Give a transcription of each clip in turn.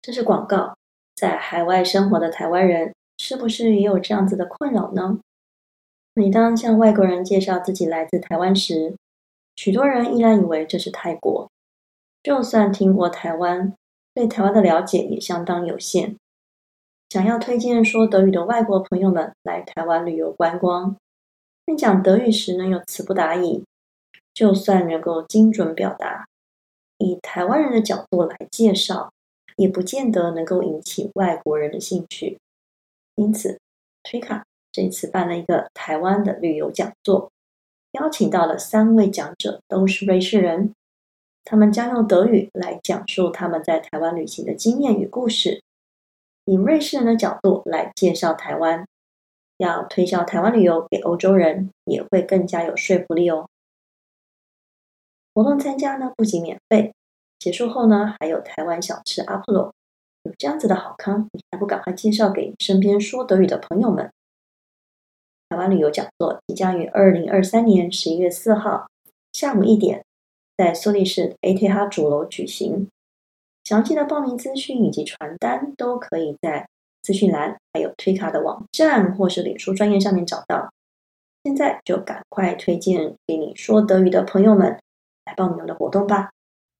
这是广告。在海外生活的台湾人，是不是也有这样子的困扰呢？每当向外国人介绍自己来自台湾时，许多人依然以为这是泰国。就算听过台湾，对台湾的了解也相当有限。想要推荐说德语的外国朋友们来台湾旅游观光，但讲德语时呢又词不达意，就算能够精准表达，以台湾人的角度来介绍，也不见得能够引起外国人的兴趣。因此，推卡这次办了一个台湾的旅游讲座，邀请到了3位讲者，都是瑞士人。他们将用德语来讲述他们在台湾旅行的经验与故事，以瑞士人的角度来介绍台湾。要推销台湾旅游给欧洲人，也会更加有说服力哦。活动参加呢不仅免费，结束后呢还有台湾小吃阿普罗。有这样子的好康，你还不赶快介绍给身边说德语的朋友们？台湾旅游讲座即将于2023年11月4号下午1点，在苏黎世 ATH 主楼举行。详细的报名资讯以及传单都可以在资讯栏还有推卡的网站或是脸书专页上面找到。现在就赶快推荐给你说德语的朋友们来报名我们的活动吧。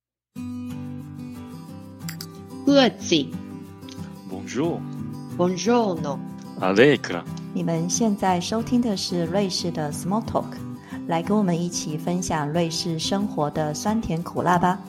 Grüezi Bonjour Buongiorno Allegra 你们现在收听的是瑞士的 Small Talk， 来跟我们一起分享瑞士生活的酸甜苦辣吧。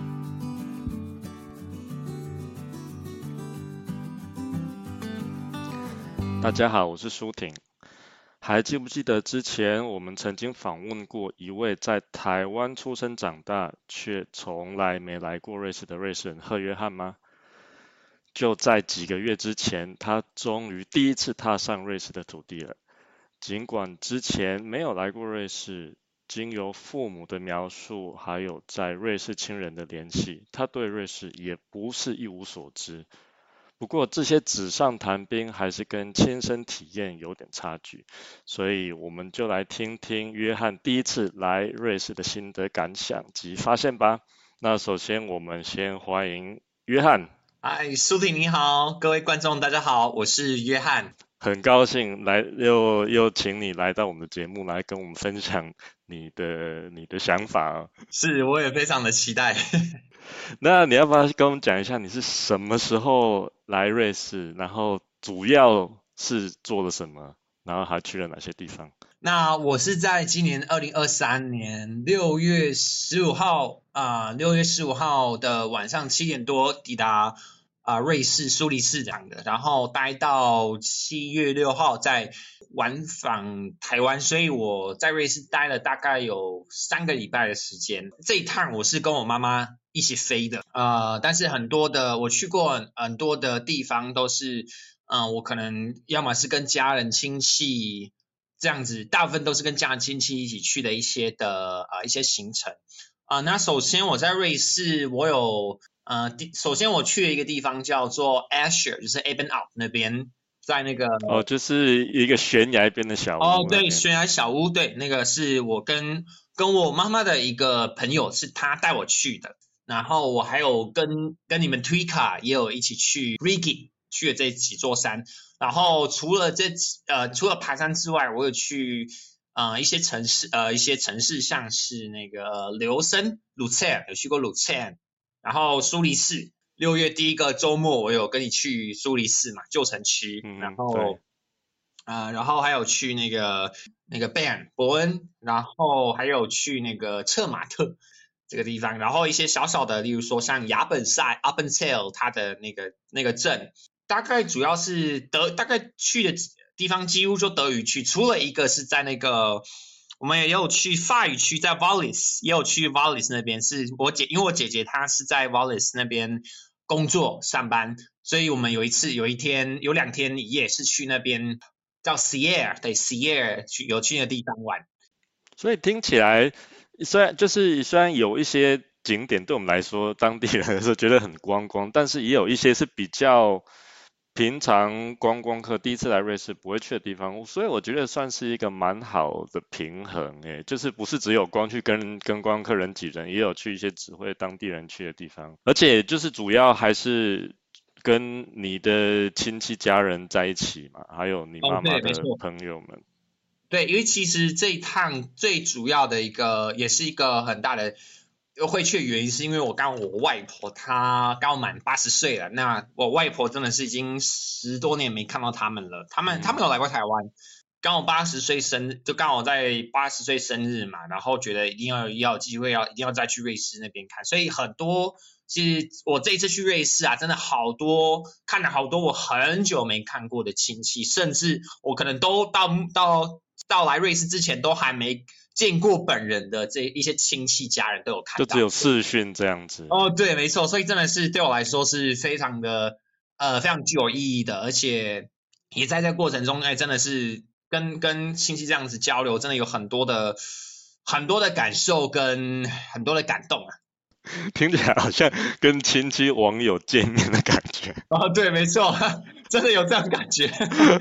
大家好，我是舒婷。还记不记得之前我们曾经访问过一位在台湾出生长大却从来没来过瑞士的瑞士人贺约翰吗？就在几个月之前，他终于第一次踏上瑞士的土地了。尽管之前没有来过瑞士，经由父母的描述，还有在瑞士亲人的联系，他对瑞士也不是一无所知。不过这些纸上谈兵还是跟亲身体验有点差距，所以我们就来听听约翰第一次来瑞士的心得感想及发现吧。那首先我们先欢迎约翰。 嗨，舒婷你好，各位观众大家好，我是约翰。 很高兴又请你来到我们的节目来跟我们分享你的想法。 是，我也非常的期待。 那你要不要跟我们讲一下你是什么时候来瑞士，然后主要是做了什么，然后还去了哪些地方？ 那我是在今年2023年6月15号6月15号的晚上7点多抵达瑞士苏黎世港的，然后待到7月6号再往返台湾，所以我在瑞士待了大概有3个礼拜的时间。这一趟我是跟我妈妈一起飞的，但是我去过很多的地方都是我可能要么是跟家人亲戚这样子，大部分都是跟家人亲戚一起去的一些行程那首先我在瑞士，首先我去了一个地方叫做 Escher， 就是 Ebenalp 那边，在那个就是一个悬崖边的小屋。 对，悬崖小屋，对，那个是我跟我妈妈的一个朋友，是他带我去的。然后我还有跟你们推卡也有一起去 Rigi， 去了这几座山。然后除了爬山之外，我有去一些城市，像是那个琉森 Lucerne， 有去过 Lucerne， 然后苏黎世6月第一个周末我有跟你去苏黎世嘛，旧城区，然后还有去那个贝尔伯恩，然后还有去那个策马特这个地方，然后一些小小的，例如说像雅本塞 Appenzell 它的那个镇，大概主要是大概去的地方几乎就德语区，除了一个是在那个我们也有去法语区，在 Vallis 也有去 Vallis 那边，是因为我姐姐她是在 Vallis 那边工作上班，所以我们有2天一夜是去那边叫 Sierre 有去那地方玩。 所以听起来虽然有一些景点对我们来说当地人来说觉得很观光，但是也有一些是比较平常观光客第一次来瑞士不会去的地方，所以我觉得算是一个蛮好的平衡就是不是只有光去跟观光客人挤人，也有去一些只会当地人去的地方，而且就是主要还是跟你的亲戚家人在一起嘛，还有你妈妈的对没错朋友们。 对，因为其实这一趟最主要的一个，也是一个很大的会去的原因，是因为我外婆她刚满80岁了，那我外婆真的是已经10多年没看到他们了，他们有来过台湾，刚好80岁生日，就刚好在80岁生日嘛，然后觉得一定要有机会一定要再去瑞士那边看，所以很多。其实我这一次去瑞士啊，真的看了好多我很久没看过的亲戚，甚至我可能都到来瑞士之前都还没见过本人的这一些亲戚家人都有看到， 就只有视讯这样子。 对，没错，所以真的是对我来说是非常具有意义的，而且也在这个过程中，真的是跟亲戚这样子交流，真的有很多的感受跟很多的感动啊。 听起来好像跟亲戚网友见面的感觉。 对，没错，真的有这样感觉。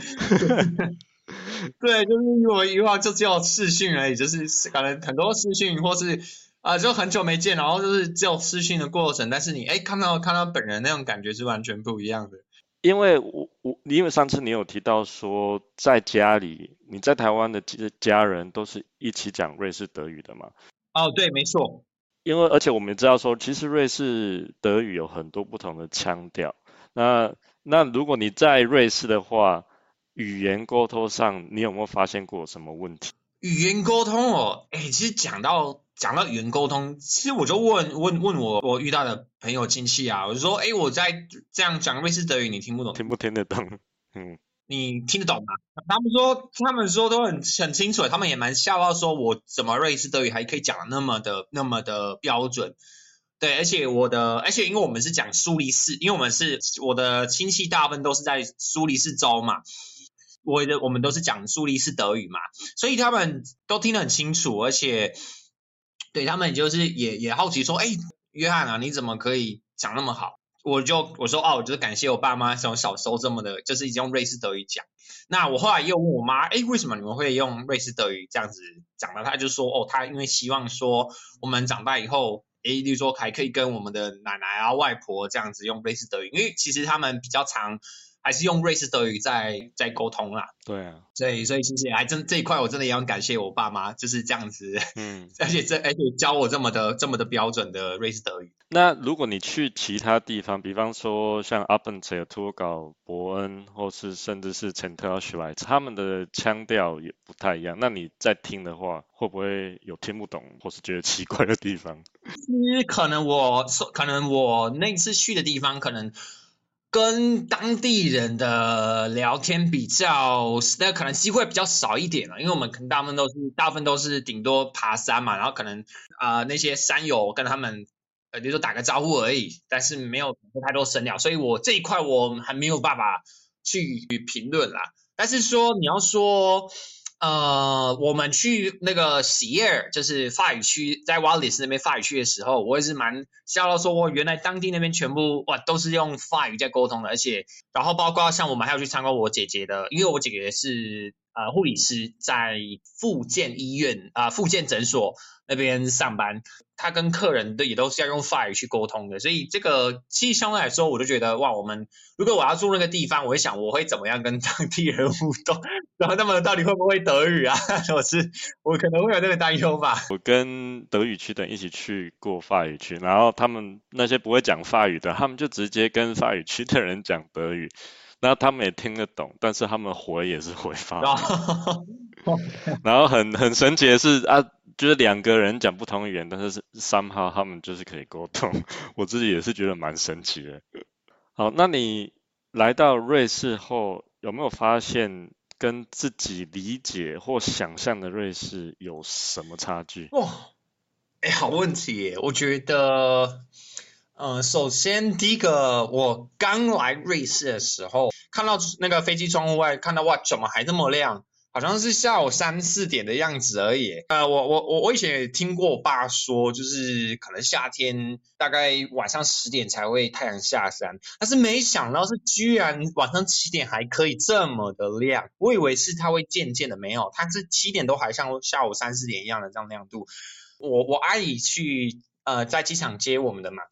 对，就是我以往就只有视讯而已，就是可能很多视讯或是就很久没见，然后就是只有视讯的过程，但是你看到本人那种感觉是完全不一样的。 因为因为上次你有提到说，在家里你在台湾的家人都是一起讲瑞士德语的嘛？ 对，没错。 而且我们知道说，其实瑞士德语有很多不同的腔调。那如果你在瑞士的话，语言沟通上你有没有发现过什么问题？ 语言沟通其实讲到语言沟通，其实我就问我遇到的朋友亲戚啊，我就说，我在这样讲瑞士德语，你听不懂？ 听不听得懂？ 你听得懂吗？他们说都很清楚，他们也蛮吓到，说我怎么瑞士德语还可以讲得那么的标准。对，而且因为我们是讲苏黎世，因为我的亲戚大部分都是在苏黎世州嘛，我们都是讲苏黎世德语嘛，所以他们都听得很清楚，而且对他们就是也好奇说，约翰啊，你怎么可以讲那么好？我说我就是感谢我爸妈从小时候这么的，就是一直用瑞士德语讲。那我后来又问我妈，为什么你们会用瑞士德语这样子讲呢？她就说，她因为希望说我们长大以后，例如说还可以跟我们的奶奶啊、外婆这样子用瑞士德语，因为其实他们比较常还是用瑞士德语在沟通啦。 对啊， 所以其实这一块我真的也要感谢我爸妈，就是这样子，而且教我这么的标准的瑞士德语。 那如果你去其他地方，比方说像阿本茨、托稿、伯恩，或是甚至是陈特尔许莱，他们的腔调也不太一样。那你在听的话，会不会有听不懂或是觉得奇怪的地方？ 可能我那次去的地方，可能跟当地人的聊天比较，那可能机会比较少一点了，因为我们可能大部分都是顶多爬山嘛，然后可能那些山友跟他们比如说打个招呼而已，但是没有太多深聊，所以我这一块我还没有办法去评论啦。但是说你要说我们去那个喜耶尔，就是法语区，在瓦里斯那边法语区的时候，我也是蛮笑到说，原来当地那边全部都是用法语在沟通的，而且然后包括像我们还要去参观我姐姐的，因为我姐姐是护理师，在复健医院复健诊所那边上班，他跟客人也都是要用法语去沟通的，所以这个其实相对来说，我就觉得如果我要住那个地方，我会想我会怎么样跟当地人互动，然后他们到底会不会德语啊？我可能会有这个担忧吧。 我跟德语区的人一起去过法语区，然后他们那些不会讲法语的，他们就直接跟法语区的人讲德语，然后他们也听得懂，但是他们回也是回法语。然后很神奇的是就是2个人讲不同语言，但是somehow他们就是可以沟通，我自己也是觉得蛮神奇的。好，那你来到瑞士后，有没有发现跟自己理解或想象的瑞士有什么差距？ 好问题耶，我觉得首先第一个，我刚来瑞士的时候，看到那个飞机窗户外，看到怎么还这么亮，好像是下午3、4点的样子而已。我以前也听过我爸说，就是可能夏天大概晚上10点才会太阳下山，但是没想到是居然晚上7点还可以这么的亮。我以为是它会渐渐的，没有，它是7点都还像下午3、4点一样的这样亮度。我阿姨去在机场接我们的嘛。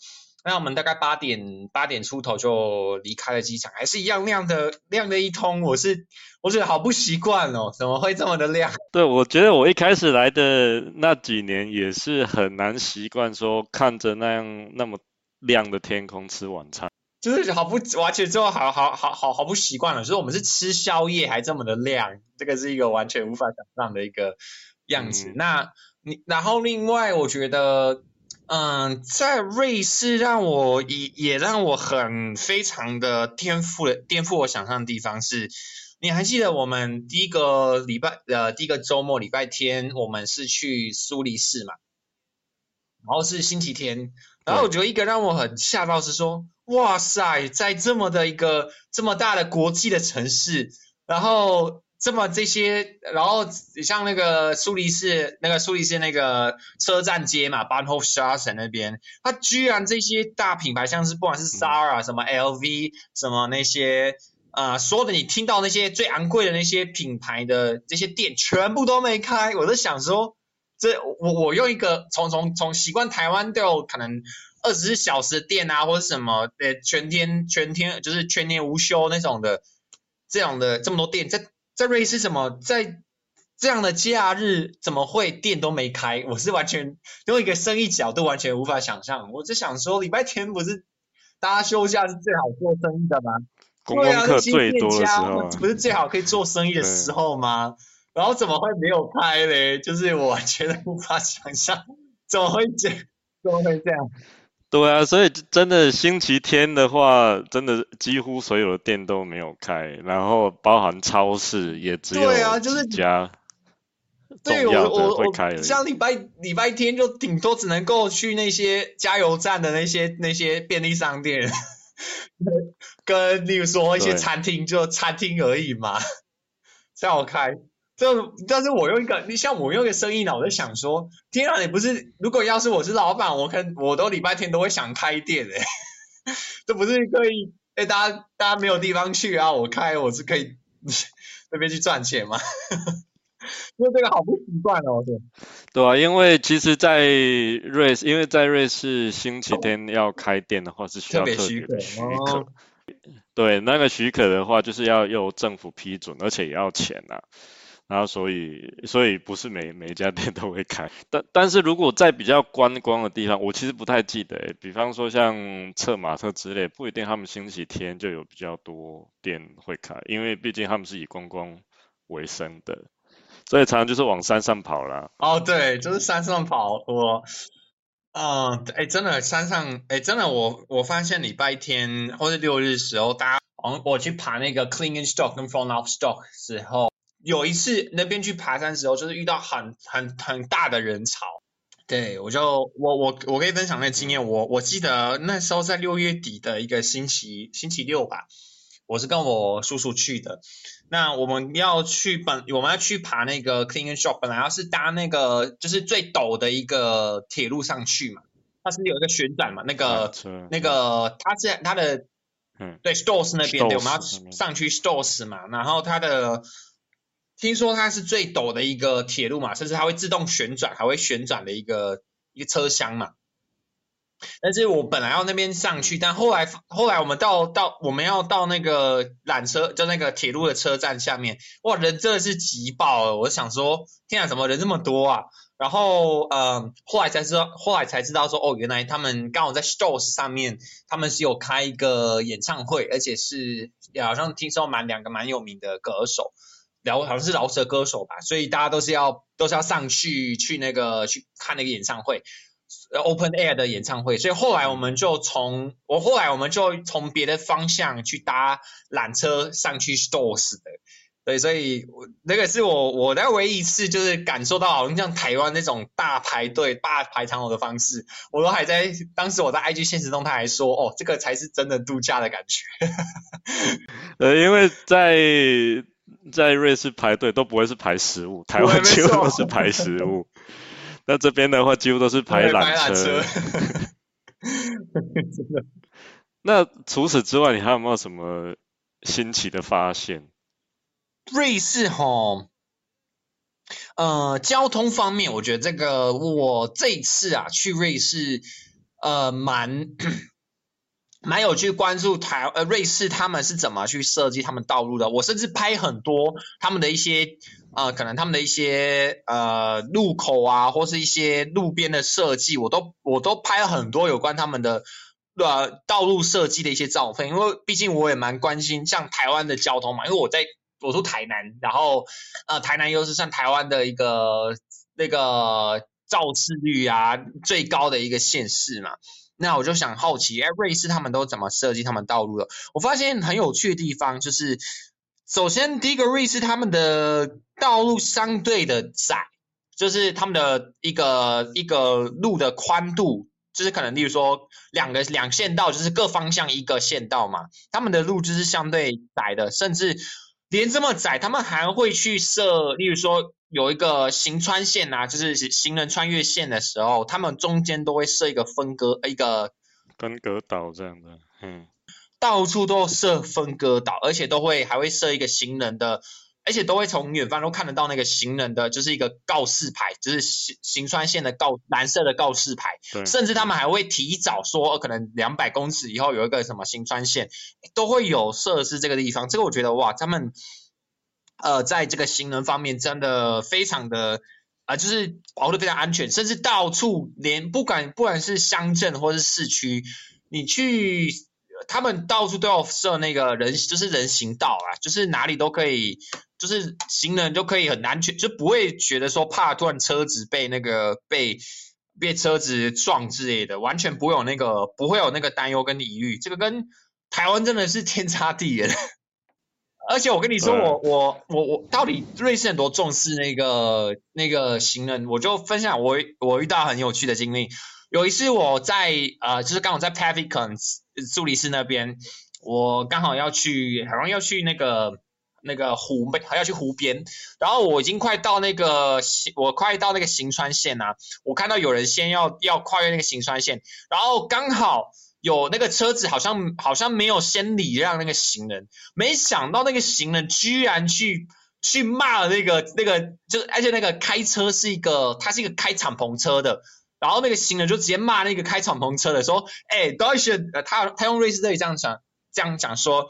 那我们大概8点出头就离开了机场，还是一样亮的一通，我觉得好不习惯哦，怎么会这么的亮？ 对，我觉得我一开始来的那几年也是很难习惯说看着那么亮的天空吃晚餐。 就是完全之后好不习惯了，就是我们是吃宵夜还这么的亮，这个是一个完全无法想象的一个样子。然后另外我觉得，在瑞士也让我非常的颠覆我想象的地方是，你还记得我们第一个周末礼拜天，我们是去苏黎世嘛，然后是星期天，然后我觉得一个让我很吓到是说，哇塞，在这么大的国际的城市，然后然后像那个苏黎世那个车站街嘛 Bahnhofstrasse 那边，它居然这些大品牌，像是不管是 Zara 什么 LV 什么那些所有的你听到那些最昂贵的那些品牌的这些店全部都没开，我在想说，我用一个从习惯台湾都有可能24小时的店啊，或者什么全天就是全年无休那种的，这样的这么多店，在瑞士在这样的假日怎么会店都没开？我是完全用一个生意角度完全无法想象。我就想说，礼拜天不是大家休假是最好做生意的吗？ 观光客最多的时候， 不是最好可以做生意的时候吗？然后怎么会没有开嘞？就是我完全无法想象，怎么会这样？ 对啊，所以真的星期天的话，真的几乎所有的店都没有开，然后包含超市也只有几家重要的会开而已。 像礼拜天就顶多只能够去那些加油站的那些便利商店，跟例如说一些餐厅，就餐厅而已嘛，才好开。但是我用一个生意脑，我就想说，天啊，你不是，如果要是我是老板，我都礼拜天都会想开店这不是可以大家没有地方去啊，我是可以那边去赚钱吗？因为这个好不习惯哦， 对啊，因为其实在瑞士星期天要开店的话是需要特别的许可。对，那个许可的话就是要由政府批准，而且也要钱啊。然后所以不是每一家店都会开，但是如果在比较观光的地方，我其实不太记得，比方说像策马特之类，不一定他们星期天就有比较多店会开，因为毕竟他们是以观光为生的，所以常常就是往山上跑啦。 哦，对，就是山上跑。真的山上，真的我发现礼拜天或是6日的时候，我去爬那个 Klingenstock 跟 Vornalpstock 时候。有一次那边去爬山的时候，就是遇到很大的人潮。对，我可以分享那个经验。我记得那时候在6月底的一个星期六吧，我是跟我叔叔去的。那我们要去爬那个 Klingenstock， 本来要是搭那个就是最陡的一个铁路上去嘛，它是有一个旋转嘛，那个它的对 Stoss 那边的，我们要上去 Stoss 嘛，然后听说它是最陡的一个铁路嘛，甚至它会自动旋转，还会旋转的一个车厢嘛。但是我本来要那边上去，但后来我们我们要到那个缆车，就那个铁路的车站下面，哇，人真的是挤爆了。我想说，天啊，怎么人这么多啊？然后后来才知道说，哦，原来他们刚好在 Stoss 上面，他们是有开一个演唱会，而且是好像听说两个蛮有名的歌手。好像是饶舌歌手吧，所以大家都是要上去那个去看那个演唱会 ，open air 的演唱会。所以后来我们就从别的方向去搭缆车上去 Stoss 的。对，所以那个是我的唯一一次就是感受到好像台湾那种大排队大排长龙的方式，我都还在当时我在 IG 限时动态还说，哦，这个才是真的度假的感觉。 因为在瑞士排队都不会是排食物，台湾几乎都是排食物。那这边的话几乎都是排缆车。 真的。 那除此之外，你还有没有什么新奇的发现？ 瑞士交通方面，我觉得这个我这一次去瑞士， 蛮有去关注瑞士他们是怎么去设计他们道路的。我甚至拍很多他们的一些可能他们的一些路口啊，或是一些路边的设计，我都拍了很多有关他们的道路设计的一些照片，因为毕竟我也蛮关心像台湾的交通嘛，因为我住台南，然后台南又是算台湾的一个那个肇事率啊最高的一个县市嘛。那我就想好奇，瑞士他们都怎么设计他们道路的？我发现很有趣的地方就是，首先第一个瑞士他们的道路相对的窄，就是他们的一个路的宽度，就是可能例如说两线道，就是各方向一个线道嘛，他们的路就是相对窄的，甚至连这么窄，他们还会去设，例如说有一个行穿线啊，就是行人穿越线的时候，他们中间都会设一个分隔岛这样的， 到处都设分隔岛，而且还会设一个行人的，而且都会从远方都看得到那个行人的，就是一个告示牌，就是行穿线的蓝色的告示牌，甚至他们还会提早说，可能200公尺以后有一个什么行穿线，都会有设置这个地方。这个我觉得哇，他们在这个行人方面真的非常的就是保护得非常安全，甚至到处连不管是乡镇或是市区，你去他们到处都要设那个就是人行道啊，就是哪里都可以，就是行人就可以很安全，就不会觉得说怕突然车子被车子撞之类的，完全不会有那个担忧跟疑虑。这个跟台湾真的是天差地远。而且我跟你说，我到底瑞士很多重视那个行人，我就分享我遇到很有趣的经历。有一次我在就是刚好在 Pavilion 苏黎世那边，我刚好要去那个湖，要去湖边，然后我已经快到那个行穿线啊，我看到有人先要跨越那个行穿线，然后刚好有那个车子好像没有先礼让那个行人，没想到那个行人居然去骂了那个就是而且那个开车他是一个开敞篷车的。然后那个行人就直接骂那个开敞篷车的说，Deutschland，他用瑞士德语这样讲说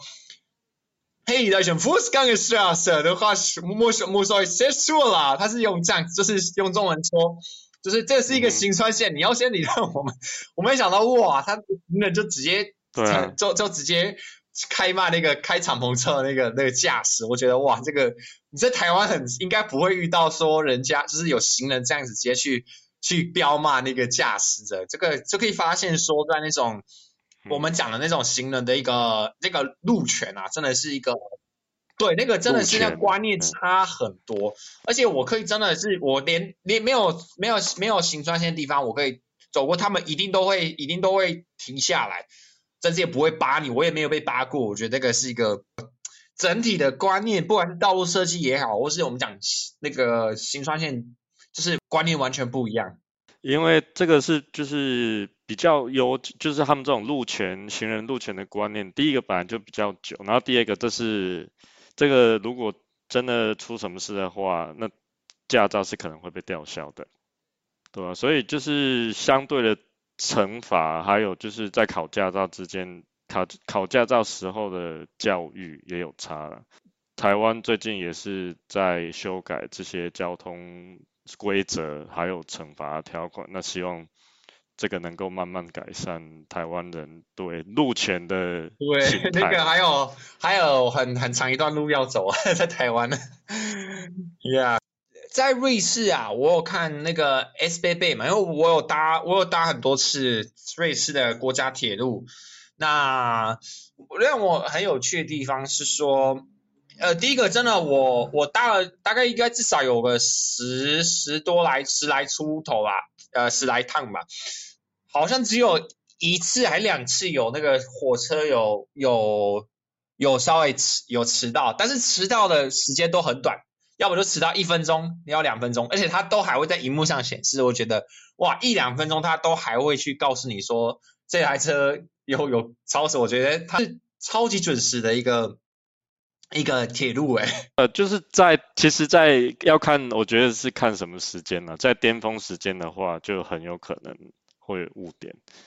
，Hey Deutschland Fußgängerstraße的话muss euch sehr schön啦，他是用这样，就是用中文说，就是这是一个行穿线，你要先礼让我们。我没想到哇，他行人就直接就直接开骂那个开敞篷车的那个驾驶，我觉得哇，这个你在台湾应该不会遇到说人家就是有行人这样子直接去彪骂那个驾驶者，这个就可以发现说，在那种我们讲的那种行人的那个路权啊，真的是一个对那个真的是那个观念差很多。而且我可以真的是我连没有行穿线的地方，我可以走过，他们一定都会停下来，甚至也不会扒你，我也没有被扒过。我觉得这个是一个整体的观念，不管是道路设计也好，或是我们讲那个行穿线。就是观念完全不一样， 因为这个就是比较就是他们这种行人路权的观念，第一个本来就比较久，然后第二个这个如果真的出什么事的话，那驾照是可能会被吊销的，对吧？所以就是相对的惩罚，还有就是在考驾照之间，考驾照时候的教育也有差了。台湾最近也是在修改这些交通规则还有惩罚条款，那希望这个能够慢慢改善台湾人对路权的心态。 对，那个还有很长一段路要走啊，在台湾。Yeah， 在瑞士啊，我有看那个 S-Bahn 嘛，因为我有搭很多次瑞士的国家铁路。那让我很有趣的地方是说。第一个真的我搭了大概应该至少有个十来出头吧，10来趟吧，好像只有1次还2次有那个火车有稍微有迟到，但是迟到的时间都很短，要么就迟到1分钟，要2分钟，而且它都还会在荧幕上显示。我觉得哇，1-2分钟它都还会去告诉你说这台车有超时，我觉得它是超级准时的一个铁路就是其实要看，我觉得是看什么时间了。在巅峰时间的话，就很有可能会误点。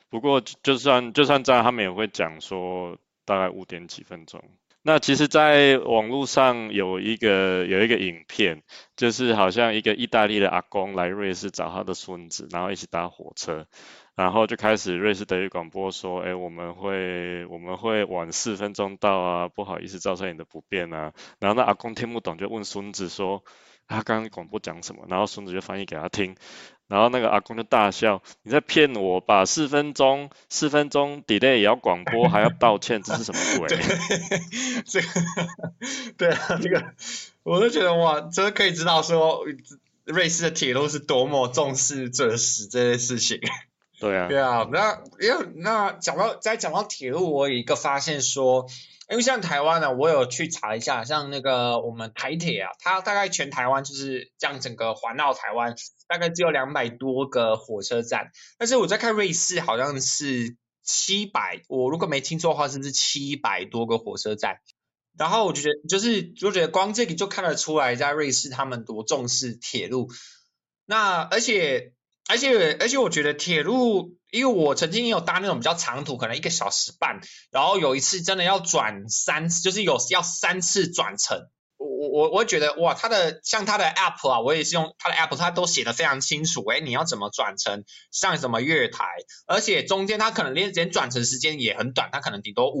不过就算这样，他们也会讲说大概5点几分钟。那其实，在网络上有一个影片，就是好像一个意大利的阿公来瑞士找他的孙子，然后一起搭火车，然后就开始瑞士德语广播说，我们会晚4分钟到啊，不好意思造成你的不便啊。然后那阿公听不懂，就问孙子说，他刚刚广播讲什么？然后孙子就翻译给他听。然后那个阿公就大笑，你在骗我吧？4分钟 delay 也要广播，还要道歉，这是什么鬼？ 这个对啊，这个我就觉得哇，这可以知道说瑞士的铁路是多么重视准时这件事情。 对啊， 对啊，那讲到铁路，我有一个发现说，因为像台湾呢，我有去查一下，像那个我们台铁啊，它大概全台湾就是这样整个环绕台湾，大概只有200多个火车站，但是我在看瑞士好像是700，我如果没听错的话，是不是700多个火车站？然后我就觉得光这个就看得出来，在瑞士他们多重视铁路。那而且我觉得铁路，因为我曾经也有搭那种比较长途，可能1个小时半，然后有一次真的要转3次，就是要3次转乘。我会觉得哇，像它的 app 啊，我也是用它的 app， 它都写得非常清楚，你要怎么转乘，上什么月台，而且中间它可能连转乘时间也很短，它可能顶多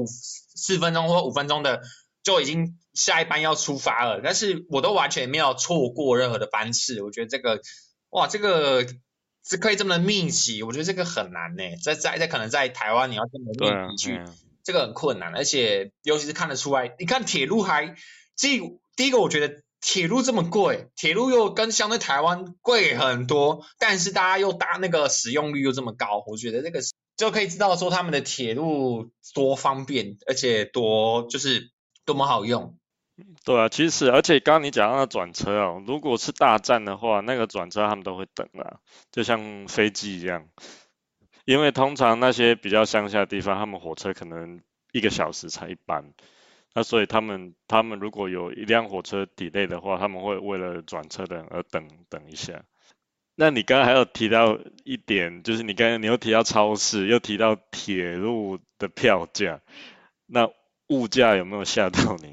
4分钟或5分钟的就已经下一班要出发了，但是我都完全没有错过任何的班次。我觉得这个是可以这么密集，我觉得这个很难呢。在可能在台湾你要这么密集去，这个很困难，而且尤其是看得出来，你看铁路第一个我觉得铁路这么贵，铁路又跟相对台湾贵很多，但是大家又搭那个使用率又这么高，我觉得这个就可以知道说他们的铁路多方便，而且多么好用。 对啊，其实而且刚刚你讲到的转车哦，如果是大站的话，那个转车他们都会等啦，就像飞机一样。因为通常那些比较乡下的地方，他们火车可能1个小时才一班，那所以他们如果有一辆火车 delay 的话，他们会为了转车的人而等一下。那你刚刚还有提到一点，就是你又提到超市，又提到铁路的票价，那物价有没有吓到你？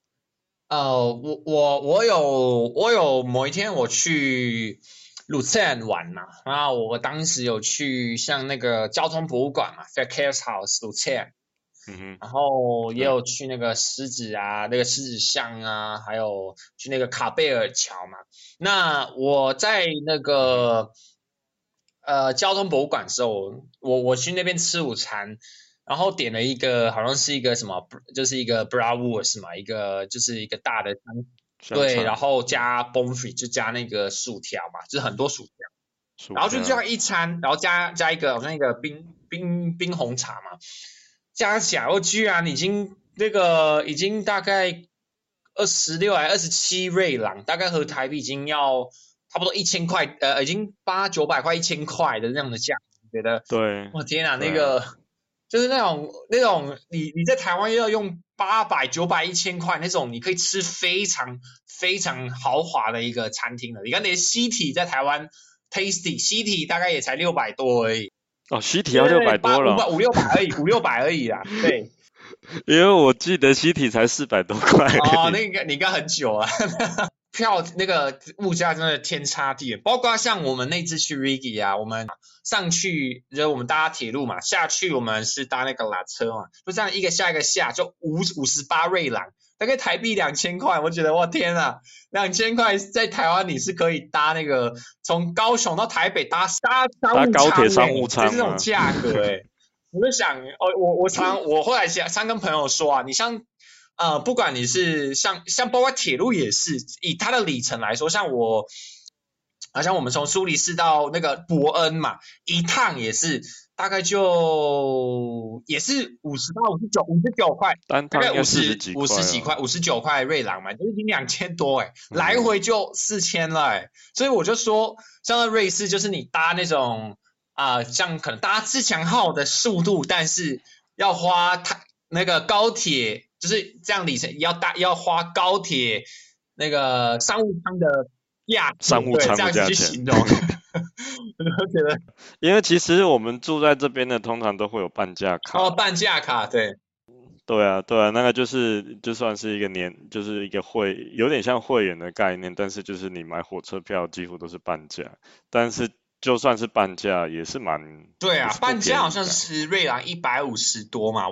我有某一天我去卢塞恩玩嘛，然后我当时有去像那个交通博物馆嘛 Verkehrshaus 卢塞恩，然后也有去那个狮子像啊，还有去那个卡贝尔桥嘛。那我在那个交通博物馆的时候，我去那边吃午餐。然后点了一个好像是一个什么，就是一个 bratwurst 嘛，就是一个大的对，然后加 bonfrey 就加那个薯条嘛，就是很多薯条，然后就这样一餐，然后加一个好像一个冰红茶嘛，加起来居然已经大概26还27瑞郎，大概合台币已经要差不多1000块，已经800-900块1000块的那样的价，觉得对， 我天啊，那个。就是那种你在台湾要用800、900、1000块那种，你可以吃非常非常豪华的一个餐厅了。你看连西体在台湾 Tasty 西体大概也才600多而已。 哦，西体要600多了 ，500-600而已，500-600而已啦。对， 因为我记得西体才400多块。 哦，那个你应该很久啊。票那个物价真的天差地远，包括像我们那次去 Rigi 啊，我们上去就是我们搭铁路嘛，下去我们是搭那个缆车嘛，就这样一个下一个下，就58瑞郎，大概台币2000块，我觉得我天啊，2000块在台湾你是可以搭那个从高雄到台北搭高铁商务舱， 就是这种价格我就想我后来常跟朋友说啊，你像。不管你是像包括铁路也是，以它的里程来说，像我们从苏黎世到那个伯恩嘛，一趟也是大概就也是59块， 单趟应该50几块 ，59块瑞郎嘛，就已经2000多来回就4000了所以我就说，像在瑞士就是你搭那种像可能搭自强号的速度，但是要花那个高铁。就是这样里程要花高铁那个商务舱的价， 商务舱的价钱， 这样去形容。 我就觉得因为其实我们住在这边的，通常都会有半价卡。 半价卡，对， 对啊，对啊，那个就算是一个就是一个有点像会员的概念，但是就是你买火车票几乎都是半价，但是就算是半价也是对啊， 也是不半价好像便宜的， 是瑞郎150多嘛，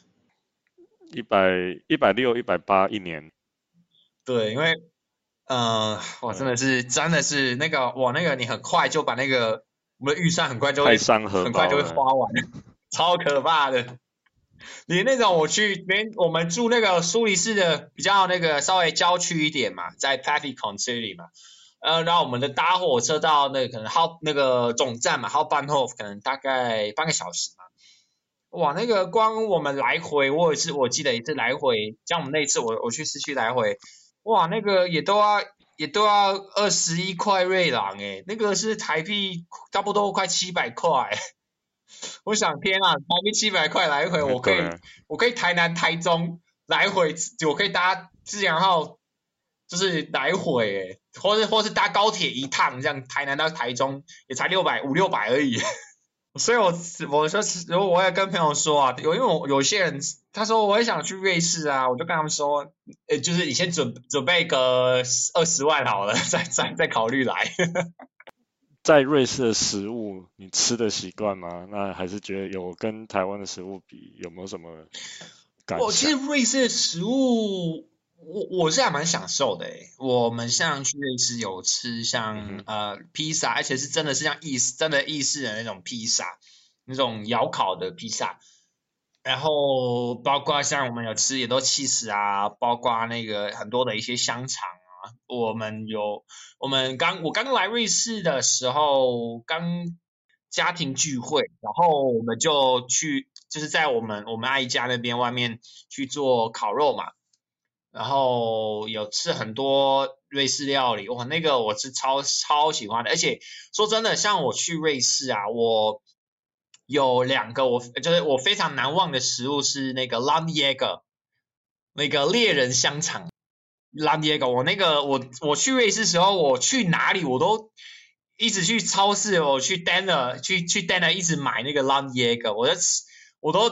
160、180一年， 对，因为我真对， 的是那个那个你很快就把那个我们的预算太伤荷包会了。 花完，超可怕的。连那种连我们住那个苏黎世的比较那个稍微郊区一点嘛，在 Pfäffikon 这里嘛，然后我们的搭火车到那个可能那个总站嘛，Hauptbahnhof 可能大概半个小时嘛。哇，那个光我们来回，我记得一次来回，像我们那一次我去市区来回，哇，那个也都要21块瑞郎诶，那个是台币差不多快700块。我想天啊，台币700块来回， 对啊， 我可以台南台中来回，我可以搭自强号，就是来回诶，或是搭高铁一趟，这样台南到台中也才500-600而已。所以我说，如果我也跟朋友说啊，因为有些人他说我也想去瑞士啊，我就跟他们说，就是你先准备个20万好了，再考虑来。 在瑞士的食物你吃的习惯吗？那还是觉得有跟台湾的食物比，有没有什么感其实想？ 瑞士的食物，我是还蛮享受的诶。我们像去瑞士有吃像嗯哼， 披萨，而且是真的是像真的意式的那种披萨，那种窑烤的披萨。然后包括像我们有吃也都 cheese 啊，包括那个很多的一些香肠啊。我刚来瑞士的时候，家庭聚会，然后我们就就是在我们阿姨家那边外面去做烤肉嘛，然后有吃很多瑞士料理，哇，那个我是超喜欢的，而且说真的，像我去瑞士啊，我有2个就是我非常难忘的食物是那个 Landjäger 那个猎人香肠。San Diego，我去瑞士时候，我去哪里我都一直去超市，我去 Danner 去 Danner 一直买那个 San Diego，我都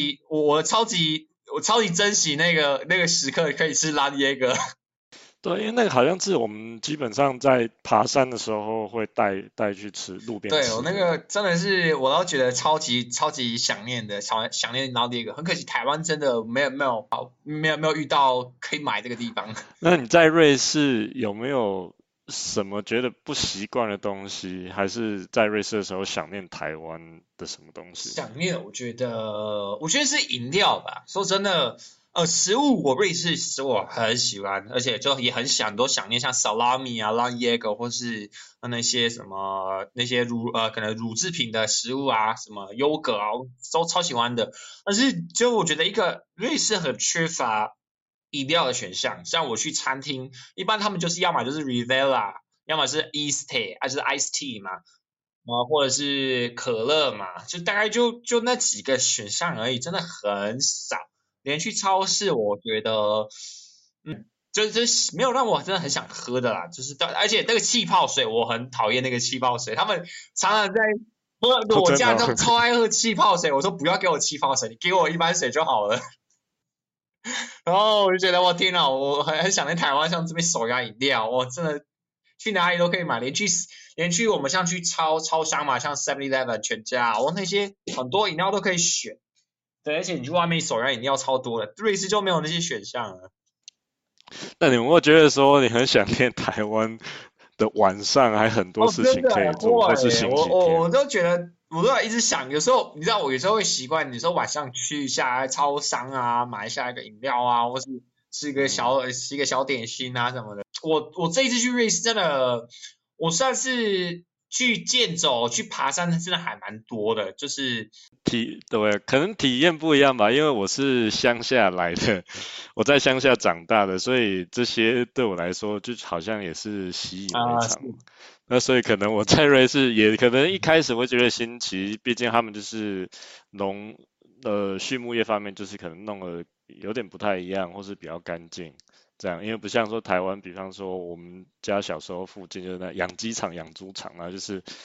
我超级珍惜那个时刻可以吃 San Diego。 对，因为那个好像是我们基本上在爬山的时候会带去吃，路边对，我吃的。 那个真的是我都觉得超级想念的，想念 San Diego。很可惜台湾真的没有遇到可以买这个地方。 那你在瑞士有没有什么觉得不习惯的东西？还是在瑞士的时候想念台湾的什么东西？ 想念，我觉得是饮料吧。说真的，食物瑞士食物我很喜欢，而且就也都想念像 salami 啊、浪耶格或是那些什么那些可能乳制品的食物啊，什么优格啊，都超喜欢的。但是就我觉得瑞士很缺乏饮料的选项，像我去餐厅，一般他们就是要么就是 Rivella，要么是 Eastay，就是 Ice Tea 嘛。或者是可乐嘛，就大概就那几个选项而已，真的很少。连去超市，我觉得，就是没有让我真的很想喝的啦。而且那个气泡水，我很讨厌那个气泡水。他们常常在哦， 我家真的哦， 都超爱喝气泡水，我说不要给我气泡水，你给我一般水就好了。然后我就觉得我天哪，我很想念台湾像这边手摇饮料，我真的去哪里都可以买，连去我们像去超商嘛，像 7-Eleven 全家，我那些很多饮料都可以选。对，而且你去外面手摇饮料超多的，瑞士就没有那些选项了。 那你有没有觉得说你很想念台湾的晚上，还很多事情真的可以做，或是星期我天？ 都觉得，我都一直想，有时候你知道，我有时候会习惯，有时候晚上去一下超商啊，买下一个饮料啊，或是吃一个嗯， 小点心啊什么的。我这一次去瑞士真的，我算是去健走、去爬山，真的还蛮多的，就是对，可能体验不一样吧，因为我是乡下来的，我在乡下长大的，所以这些对我来说就好像也是习以为是常。那所以可能我在瑞士也可能一开始会觉得新奇，毕竟他们就是畜牧业方面就是可能弄得有点不太一样，或是比较干净这样，因为不像说台湾，比方说我们家小时候附近就是那养鸡场、养猪场啊，就是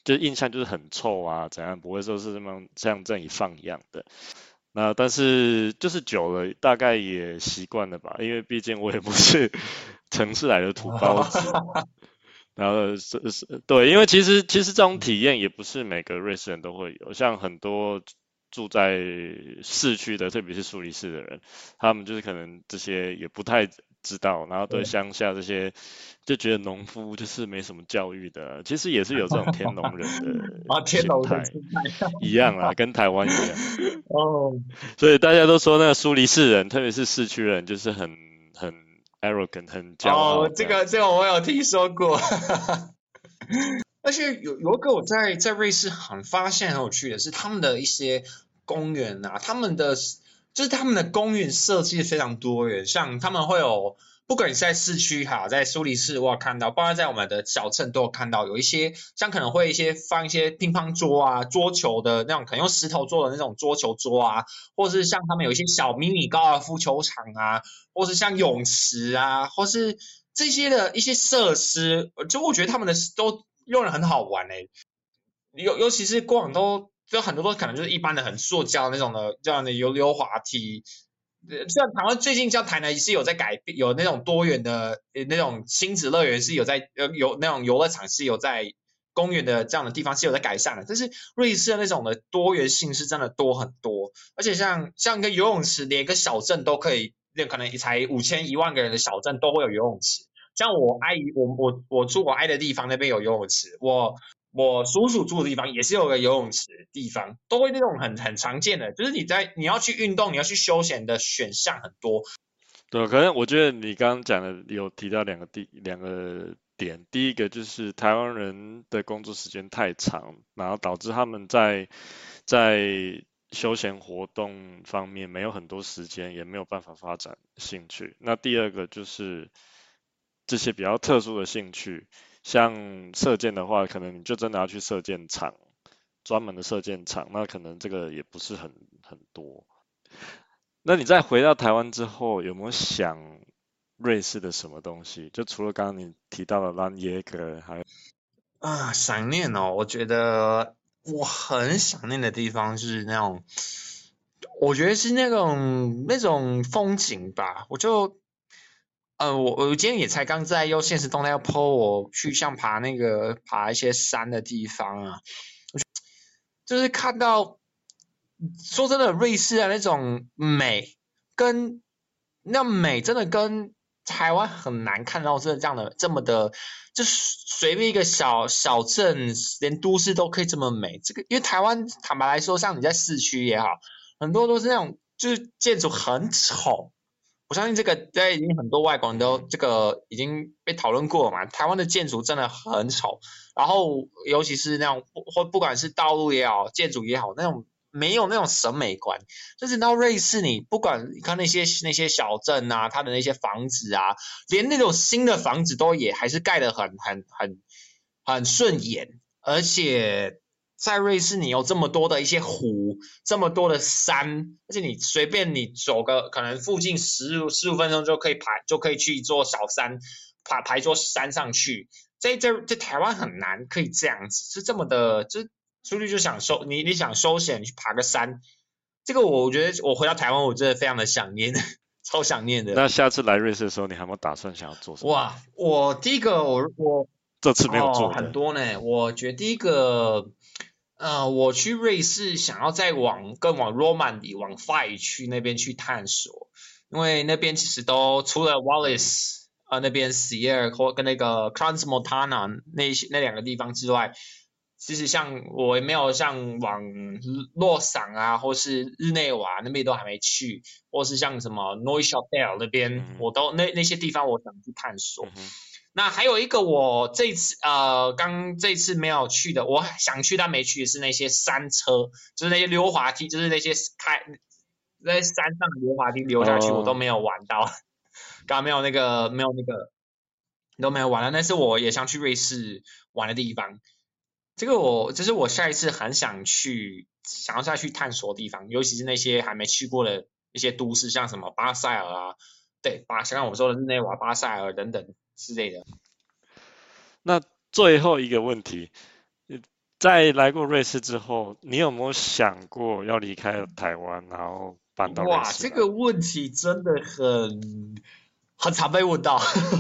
就印象就是很臭啊，怎样，不会说是像这里放一样的。那但是就是久了，大概也习惯了吧，因为毕竟我也不是城市来的土包子。然后对，因为其实这种体验也不是每个瑞士人都会有，像很多住在市区的，特别是苏黎世的人，他们就是可能这些也不太知道，然后对乡下这些就觉得农夫就是没什么教育的，其实也是有这种天龙人的天龙心态， 人心态一样啦，跟台湾一样。 哦， 所以大家都说那个苏黎世人，特别是市区人，就是很 arrogant， 很骄傲。 这个我有听说过。而且有一个我在瑞士发现很有趣的是，他们的一些公园啊，他们的公园设计非常多元，像他们会有，不管你是在市区哈，在苏黎世我有看到，包括在我们的小镇都有看到，有一些像可能会放一些乒乓桌啊、桌球的那种，可能用石头做的那种桌球桌啊，或是像他们有一些小迷你高尔夫球场啊，或是像泳池啊，或是这些的一些设施，就我觉得他们的都用的很好玩尤其是过往就很多都可能就是一般的很塑胶那种的这样的溜滑梯。虽然台湾最近像台南是有在改变，有那种多元的那种亲子乐园是有在有那种游乐场是有在公园的这样的地方是有在改善的，但是瑞士的那种的多元性是真的多很多，而且像一个游泳池，连一个小镇都可以，可能才5000、1万个人的小镇都会有游泳池。像我住我爱的地方那边有游泳池，我叔叔住的地方也是有个游泳池的地方，都会那种很常见的，就是你要去运动，你要去休闲的选项很多。 对，可能我觉得你刚刚讲的有提到两个点，第一个就是台湾人的工作时间太长，然后导致他们在休闲活动方面没有很多时间，也没有办法发展兴趣。那第二个就是这些比较特殊的兴趣，像射箭的话，可能你就真的要去射箭场，专门的射箭场，那可能这个也不是很多。那你再回到台湾之后，有没有想瑞士的什么东西？就除了刚刚你提到的蓝耶格，还有想念哦，我觉得我很想念的地方是那种，我觉得是那种风景吧。我今天也才刚在现实动态要 po 我去像爬一些山的地方啊，就是看到，说真的，瑞士的那种美，那美真的跟台湾很难看到这样的这么的，就是随便一个小镇，连都市都可以这么美。这个因为台湾坦白来说，像你在市区也好，很多都是那种就是建筑很丑。我相信这个在已经很多外国人都这个已经被讨论过了嘛。台湾的建筑真的很丑，然后尤其是那种不管是道路也好，建筑也好，那种没有那种审美观。就是到瑞士，你不管你看那些小镇啊，它的那些房子啊，连那种新的房子都还是盖得很顺眼，而且在瑞士，你有这么多的一些湖，这么多的山，而且你随便你走个可能附近15分钟就可以去一座小山，爬一座山上去。在台湾很难可以这样子，是这么的，就出去就想你想休闲，你去爬个山，这个我觉得我回到台湾，我真的非常的想念，超想念的。 那下次来瑞士的时候，你还有没有打算想要做什么？ 哇，我第一个我这次没有做的很多呢。我觉得第一个，我去瑞士想要再更往 Romandy 往 Fi 去那边去探索，因为那边其实都除了 Wallis 那边 Sierra 或跟那个 Crans-Montana 那两个地方之外，其实像我也没有像往洛桑啊，或是日内瓦那边都还没去，或是像什么 Neuchâtel 那边，我都那些地方我想去探索。那还有一个我这次没有去的，我想去但没去的是那些山车，就是那些溜滑梯，就是那些在山上的溜滑梯溜下去，我都没有玩到，刚刚没有那个都没有玩到，那是我也想去瑞士玩的地方。这是我下一次很想要再去探索的地方，尤其是那些还没去过的一些都市，像什么巴塞尔啊，对，像刚我说的日内瓦、巴塞尔等等之类的。 那最后一个问题， 在来过瑞士之后，你有没有想过要离开台湾，然后搬到瑞士？ 哇，这个问题真的很常被问到。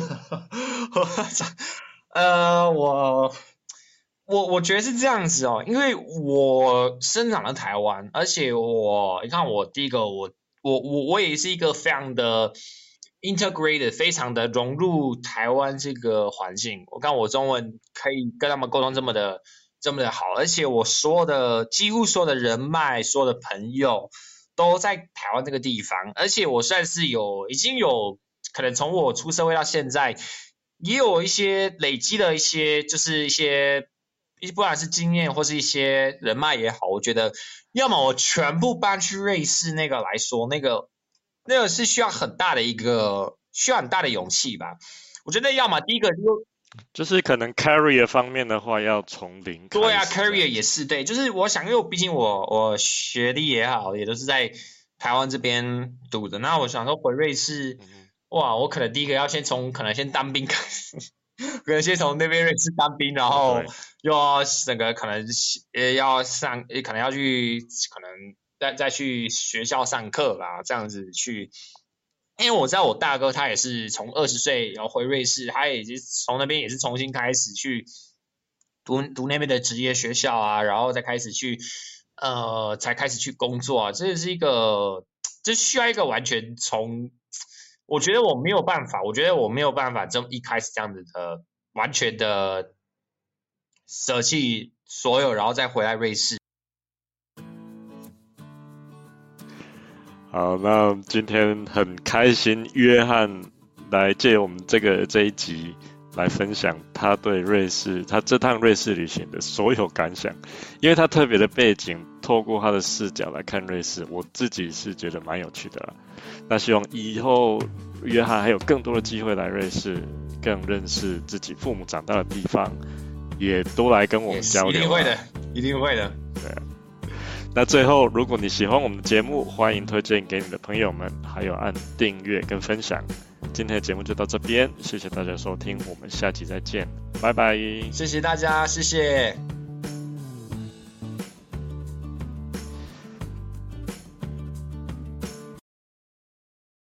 我觉得是这样子哦，因为我生长在台湾，而且你看我第一个我也是一个非常的 integrated， 非常的融入台湾这个环境。我看我中文可以跟他们沟通这么的好，而且我几乎所有的人脉、所有的朋友都在台湾这个地方，而且我算是已经有可能从我出社会到现在，也有一些累积的一些就是一些不管是经验或是一些人脉也好，我觉得要么我全部搬去瑞士那个来说，那个是需要很大的勇气吧。我觉得要么第一个就是可能 career 方面的话要从零开始。 对啊 career 也是对，就是我想，因为毕竟我学历也好，也都是在台湾这边读的，那我想说回瑞士，哇，我可能第一个要可能先当兵开始，可能先从那边瑞士当兵，然后又要整个可能可能要去可能再去学校上课啦，这样子去。因为我知道我大哥他也是从20岁然后回瑞士，他也是从那边也是重新开始去读那边的职业学校啊，然后再开始去才开始去工作啊，这需要一个完全我觉得我没有办法这么一开始这样子的完全的舍弃所有，然后再回来瑞士。 好，那今天很开心，约翰来借我们这一集来分享他这趟瑞士旅行的所有感想，因为他特别的背景，透过他的视角来看瑞士，我自己是觉得蛮有趣的啦。那希望以后约翰还有更多的机会来瑞士，更认识自己父母长大的地方，也都来跟我们交流。 一定会的，一定会的。 对啊。那最后，如果你喜欢我们的节目，欢迎推荐给你的朋友们，还有按订阅跟分享。今天的节目就到这边，谢谢大家收听，我们下期再见，拜拜。 谢谢大家，谢谢。